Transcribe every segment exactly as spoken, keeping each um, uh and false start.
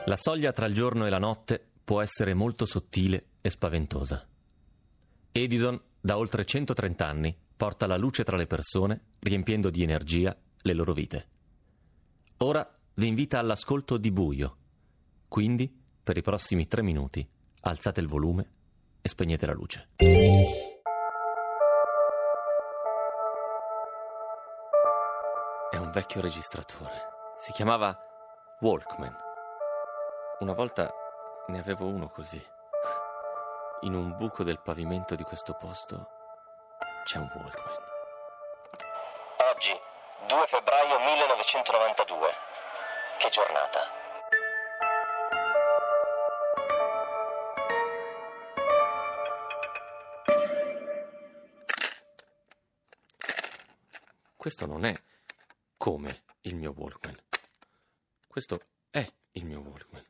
La soglia tra il giorno e la notte può essere molto sottile e spaventosa. Edison, da oltre centotrenta anni, porta la luce tra le persone, riempiendo di energia le loro vite. Ora vi invita all'ascolto di buio. Quindi, per i prossimi tre minuti, alzate il volume e spegnete la luce. È un vecchio registratore. Si chiamava Walkman. Una volta ne avevo uno così. In un buco del pavimento di questo posto c'è un Walkman. Oggi, due febbraio millenovecentonovantadue. Che giornata. Questo non è come il mio Walkman. Questo è il mio Walkman.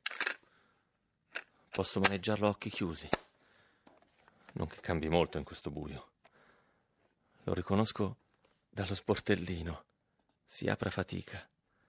Posso maneggiarlo a occhi chiusi. Non che cambi molto in questo buio. Lo riconosco dallo sportellino. Si apre a fatica.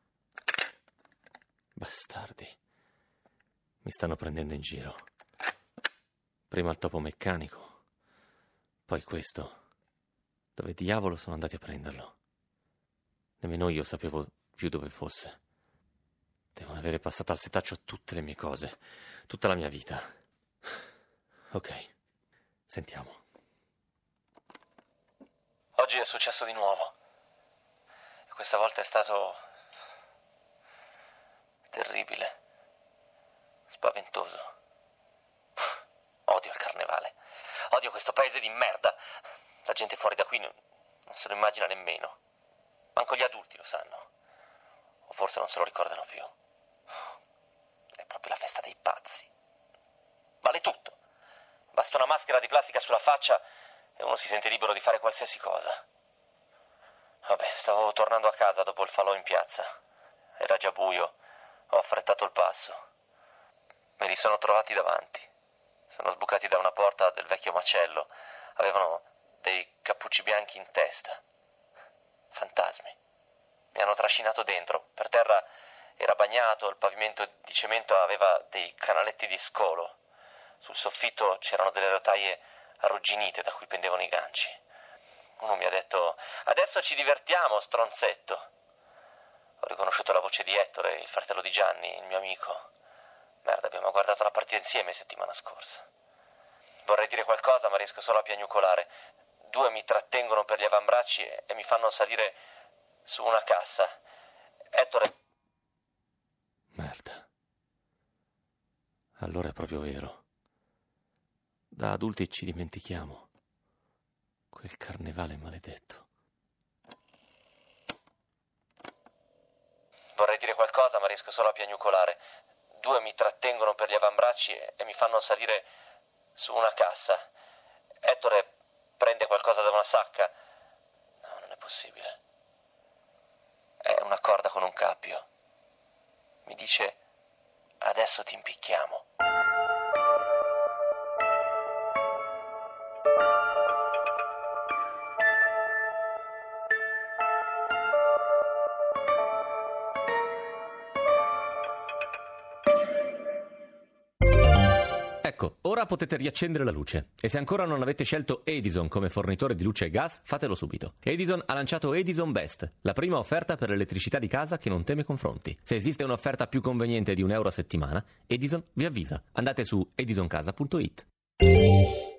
Bastardi. Mi stanno prendendo in giro. Prima il topo meccanico, poi questo. Dove diavolo sono andati a prenderlo? Nemmeno io sapevo più dove fosse. Devono avere passato al setaccio tutte le mie cose, tutta la mia vita. Ok, sentiamo. Oggi è successo di nuovo. E questa volta è stato terribile, spaventoso. Odio il carnevale. Odio questo paese di merda. La gente fuori da qui non, non se lo immagina nemmeno. Manco gli adulti lo sanno. O forse non se lo ricordano più. È proprio la festa dei pazzi. Vale tutto. Basta una maschera di plastica sulla faccia e uno si sente libero di fare qualsiasi cosa. Vabbè, stavo tornando a casa dopo il falò in piazza. Era già buio. Ho affrettato il passo. Me li sono trovati davanti. Sono sbucati da una porta del vecchio macello. Avevano dei cappucci bianchi in testa. Fantasmi. Mi hanno trascinato dentro. Per terra era bagnato, il pavimento di cemento aveva dei canaletti di scolo. Sul soffitto c'erano delle rotaie arrugginite da cui pendevano i ganci. Uno mi ha detto: "Adesso ci divertiamo, stronzetto". Ho riconosciuto la voce di Ettore, il fratello di Gianni, il mio amico. Merda, abbiamo guardato la partita insieme settimana scorsa. Vorrei dire qualcosa, ma riesco solo a piagnucolare. Due mi trattengono per gli avambracci e, e mi fanno salire su una cassa. Ettore... Merda. Allora è proprio vero. Da adulti ci dimentichiamo. Quel carnevale maledetto. Vorrei dire qualcosa, ma riesco solo a piagnucolare. Due mi trattengono per gli avambracci e, e mi fanno salire su una cassa. Ettore prende qualcosa da una sacca. No, non è possibile. È una corda con un cappio. Mi dice: "Adesso ti impicchiamo". Ecco, ora potete riaccendere la luce. E se ancora non avete scelto Edison come fornitore di luce e gas, fatelo subito. Edison ha lanciato Edison Best, la prima offerta per l'elettricità di casa che non teme confronti. Se esiste un'offerta più conveniente di un euro a settimana, Edison vi avvisa. Andate su edison casa punto it.